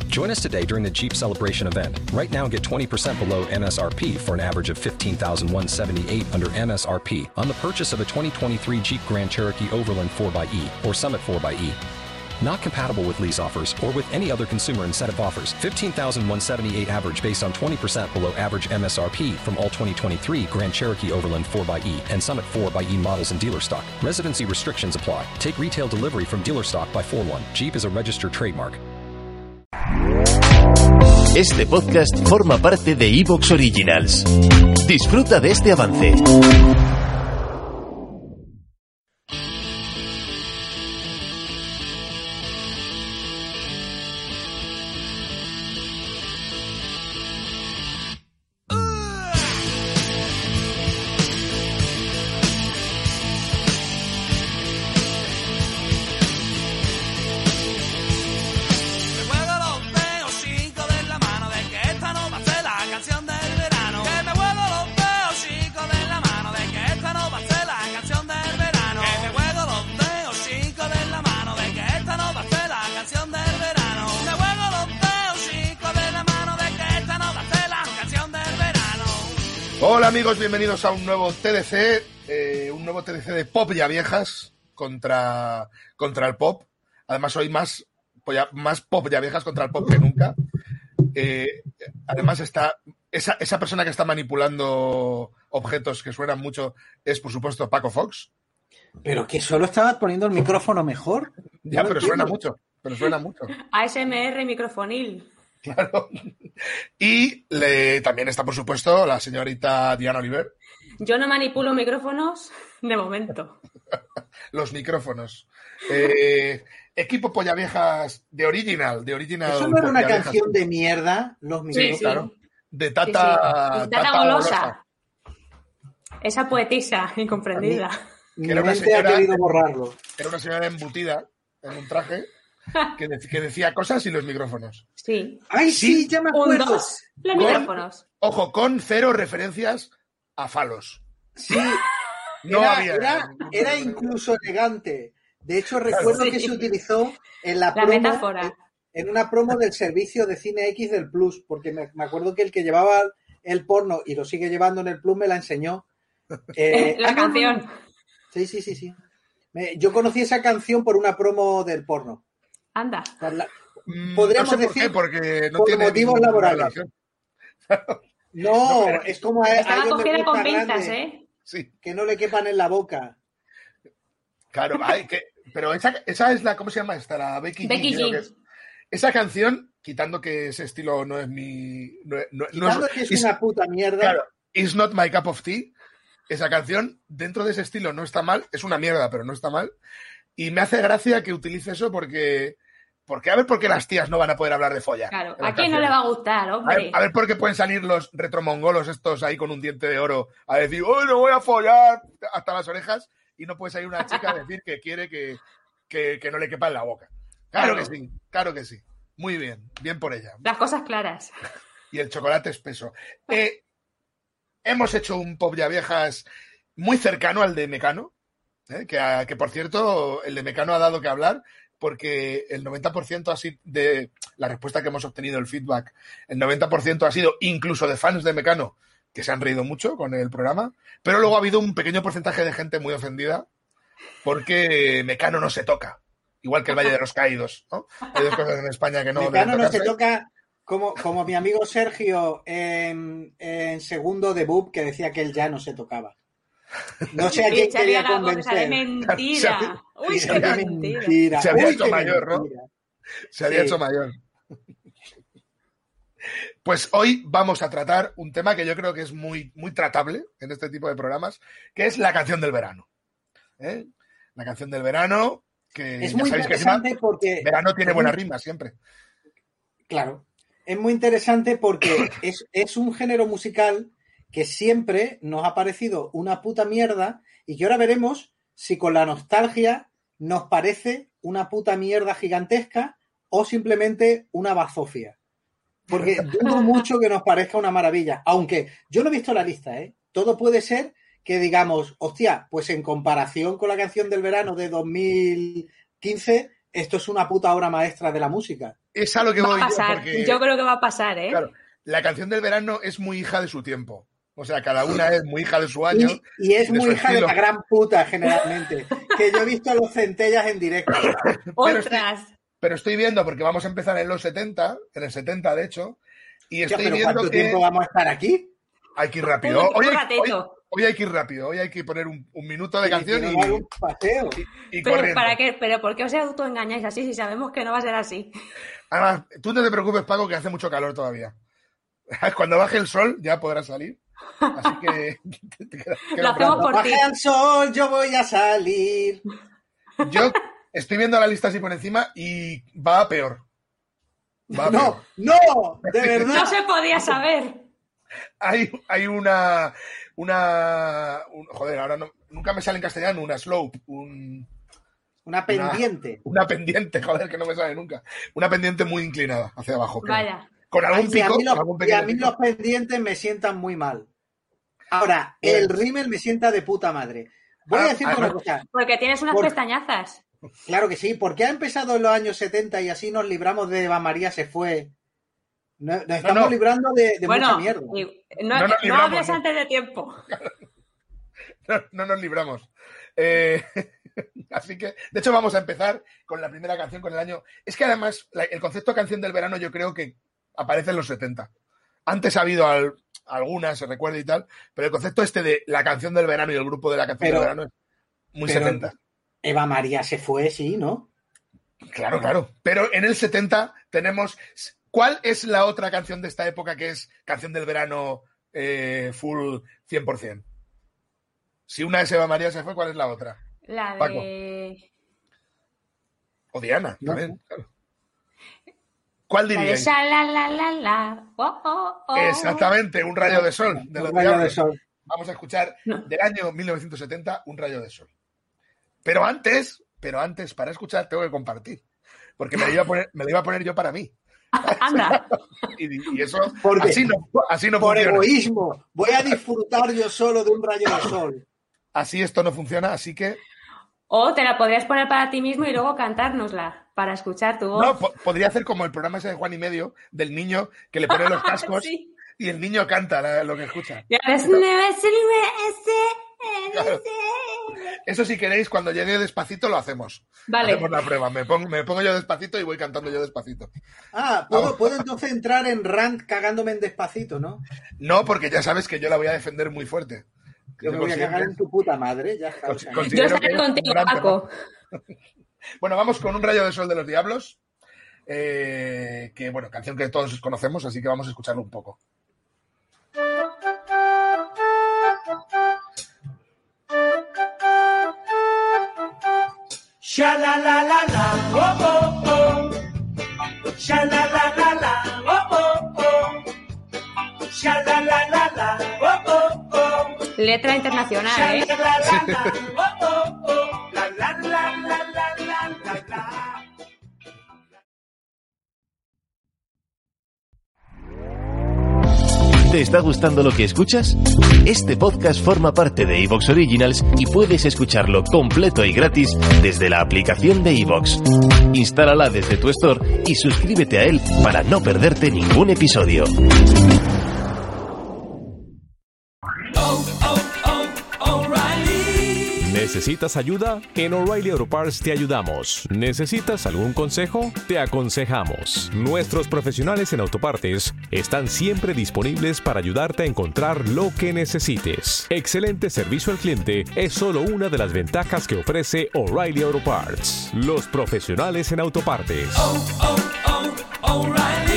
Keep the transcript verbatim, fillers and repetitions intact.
Join us today during the Jeep Celebration event. Right now, get twenty percent below M S R P for an average of fifteen thousand one hundred seventy-eight dollars under M S R P on the purchase of a twenty twenty-three Jeep Grand Cherokee Overland four by E or Summit four by E. Not compatible with lease offers or with any other consumer incentive offers. fifteen thousand one hundred seventy-eight dollars average based on twenty percent below average M S R P from all twenty twenty-three Grand Cherokee Overland four by E and Summit four by E models in dealer stock. Residency restrictions apply. Take retail delivery from dealer stock by four one. Jeep is a registered trademark. Este podcast forma parte de iVoox Originals. Disfruta de este avance. Hola amigos, bienvenidos a un nuevo T D C, eh, un nuevo T D C de Pop Ya Viejas contra, contra el pop. Además hoy más, más Pop Ya Viejas contra el pop que nunca. Eh, además está esa, esa persona que está manipulando objetos que suenan mucho es por supuesto Paco Fox. Pero que solo estabas poniendo el micrófono mejor. Ya, pero suena mucho, pero suena mucho. A S M R microfonil. Claro. Y le, también está, por supuesto, la señorita Diana Oliver. Yo no manipulo micrófonos de momento. Los micrófonos. Eh, equipo Polla Viejas de Original. De original ¿Eso no era una Pollaviejas. Canción de mierda? Los micrófonos. Sí, sí. Claro. De Tata, Sí, sí. De Tata, Tata Golosa. Golosa. Esa poetisa incomprendida. Mi Que era una mente señora- ha querido borrarlo. Era una señora embutida en un traje que, de- que decía cosas y los micrófonos. Sí. ¡Ay, sí! Sí. Ya me Un, acuerdo. dos, los Con- micrófonos. Ojo, con cero referencias a falos. Sí, No era, había. era, era incluso elegante. De hecho, recuerdo Sí. que se utilizó en la, La promo, metáfora. en, en una promo del servicio de Cine X del Plus, porque me, me acuerdo que el que llevaba el porno y lo sigue llevando en el Plus me la enseñó. Eh, La ah, no, no, canción. no. Sí, sí, sí, sí. Me- yo conocí esa canción por una promo del porno. Anda. Por la- Mm, Podríamos no sé por decir qué, porque no por tiene motivos ninguna laborales. relación. No, No, pero- es como a, a Estaba ellos les cogida con gusta pinzas, grande, ¿eh? Sí, que no le quepan en la boca. claro. Ay, que, pero esa, esa es la, ¿cómo se llama esta? La Becky, Becky G, creo G. que es. Esa canción, quitando que ese estilo no es mi... No, no- no Quitando que es is- una puta mierda. Claro, It's Not My Cup of Tea. Esa canción, dentro de ese estilo, no está mal. Es una mierda, pero no está mal. Y me hace gracia que utilice eso porque... porque a ver por qué las tías no van a poder hablar de follar. Claro. en las ¿A quién no le canciones. va a gustar, A hombre? ver, a ver por qué pueden salir los retromongolos estos ahí con un diente de oro a decir, ¡oh, no voy a follar! Hasta las orejas. Y no puede salir una chica a decir que quiere que, que, que no le quepa en la boca. Claro que sí, claro que sí. Muy bien, bien por ella. Las cosas claras. Y el chocolate espeso. Eh, hemos hecho un Pop Ya Viejas muy cercano al de Mecano, ¿eh? que, a- que por cierto, el de Mecano ha dado que hablar porque el noventa por ciento así de la respuesta que hemos obtenido, el feedback, el noventa por ciento ha sido incluso de fans de Mecano que se han reído mucho con el programa, pero luego ha habido un pequeño porcentaje de gente muy ofendida porque Mecano no se toca, igual que el Valle de los Caídos, ¿no? Hay dos cosas en España que no Mecano deben no se tocarse. toca como, como mi amigo Sergio en, en segundo de Bub, que decía que él ya no se tocaba. No sé a quién Echaría quería la bolsa de convencer. mentira. Uy, Se qué había- mentira. Mentira. Se había Uy, hecho qué mayor, ¿no? mentira. Se había Sí. hecho mayor. Pues hoy vamos a tratar un tema que yo creo que es muy, muy tratable en este tipo de programas, que es la canción del verano. ¿Eh? La canción del verano, que Es ya muy sabéis que encima interesante porque... verano tiene es buena muy- rima siempre. Claro. Es muy interesante porque es, es un género musical que siempre nos ha parecido una puta mierda y que ahora veremos si con la nostalgia nos parece una puta mierda gigantesca o simplemente una bazofia. Porque dudo mucho que nos parezca una maravilla. Aunque yo no he visto la lista, ¿eh? Todo puede ser que digamos, hostia, pues en comparación con la canción del verano de dos mil quince, esto es una puta obra maestra de la música. Es a lo que Va voy a pasar. yo, porque, Yo creo que va a pasar, ¿eh? claro, la canción del verano es muy hija de su tiempo. O sea, cada una es muy hija de su año. Y, y es de muy su hija estilo. de la gran puta, generalmente. Que yo he visto a los Centellas en directo. Pero estoy, ¡Ostras! pero estoy viendo, porque vamos a empezar en los setenta, en el setenta de hecho, y Ya, estoy pero viendo ¿cuánto que tiempo vamos a estar aquí? hay que ir rápido. Un Hoy hay, ratito. hoy- hoy hay que ir rápido, hoy hay que poner un, un minuto de Que canción quiero y, dar un paseo. y Pero, corriendo. ¿para qué? ¿Pero por qué os autoengañáis así si sabemos que no va a ser así? Además, tú no te preocupes, Paco, que hace mucho calor todavía. Cuando baje el sol ya podrás salir. Así que... te queda- queda Lo un hacemos rato. por ti. Baje al sol, yo voy a salir. Yo estoy viendo la lista así por encima y va a peor. Va a peor. No, no, de verdad. No se podía saber. Hay, hay una... una un- joder, ahora no, nunca me sale en castellano, una slope, un, Una pendiente. una pendiente, joder, que no me sale nunca. Una pendiente muy inclinada hacia abajo. creo. Vaya. Con algún Ay, y a pico, mí los, con algún y pequeño a mí pico. los pendientes me sientan muy mal. Ahora, Pues- el rímel me sienta de puta madre. Voy Ah, a decirte además- una cosa. Porque tienes unas Por- pestañazas. Claro que sí, porque ha empezado en los años setenta y así nos libramos de Eva María se fue. No- Nos estamos no. librando de, de mucha Bueno, mierda. y- No no, nos no libramos, hables ¿no? antes de tiempo. No, no nos libramos. Eh, así que, de hecho, vamos a empezar con la primera canción, con el año. Es que además, la- el concepto de canción del verano yo creo que aparece en los setenta. Antes ha habido al- algunas, se recuerda y tal, pero el concepto este de la canción del verano y el grupo de la canción Pero- del verano es muy pero- setenta. Eva María se fue, sí, ¿no? Claro, claro. Pero en el setenta tenemos... ¿Cuál es la otra canción de esta época que es canción del verano eh, full cien por ciento? Si una es Eva María se fue, ¿cuál es la otra? La Paco. de... O Diana, No también, claro. ¿Cuál La de diríais? sha, la, la, la, la. Oh, oh, oh. Exactamente, Un rayo de sol. De los Un rayo de Diablos. sol. Vamos a escuchar No. del año mil novecientos setenta, Un rayo de sol. Pero antes, pero antes, para escuchar, tengo que compartir. Porque me lo iba a poner, me lo iba a poner yo para mí. Anda. Y, y eso, Porque- así no, así no Por funciona. egoísmo, voy a disfrutar yo solo de un rayo de sol. Así esto no funciona, así que... O te la podrías poner para ti mismo y luego cantárnosla para escuchar tu voz. No, po- podría hacer como el programa ese de Juan y Medio, del niño que le pone los cascos Sí. y el niño canta la- lo que escucha. Ya ves, no es el Claro. Eso si queréis, cuando llegue despacito lo hacemos. Vale. Hacemos la prueba. Me pongo, me pongo yo despacito y voy cantando yo despacito. Ah, ¿puedo, puedo entonces entrar en rant cagándome en despacito, ¿no? No, porque ya sabes que yo la voy a defender muy fuerte. Yo me voy a considero cagar que- en tu puta madre, ya está. Cons- o sea, cons- Yo Considero estaré que es contigo, un gran Paco. Bueno, vamos con Un rayo de sol de los Diablos. eh, que, bueno, canción que todos conocemos, así que vamos a escucharlo un poco. Sha la la la la, oh oh oh. Sha la la la la, oh oh oh. Sha la la la la, oh oh oh. Letra internacional, Sha ¿eh? la la la la, oh oh oh. La la la la la la la la. ¿Te está gustando lo que escuchas? Este podcast forma parte de iVoox Originals y puedes escucharlo completo y gratis desde la aplicación de iVoox. Instálala desde tu store y suscríbete a él para no perderte ningún episodio. ¿Necesitas ayuda? En O'Reilly Auto Parts te ayudamos. ¿Necesitas algún consejo? Te aconsejamos. Nuestros profesionales en autopartes están siempre disponibles para ayudarte a encontrar lo que necesites. Excelente servicio al cliente es solo una de las ventajas que ofrece O'Reilly Auto Parts. Los profesionales en autopartes. Oh, oh, O'Reilly.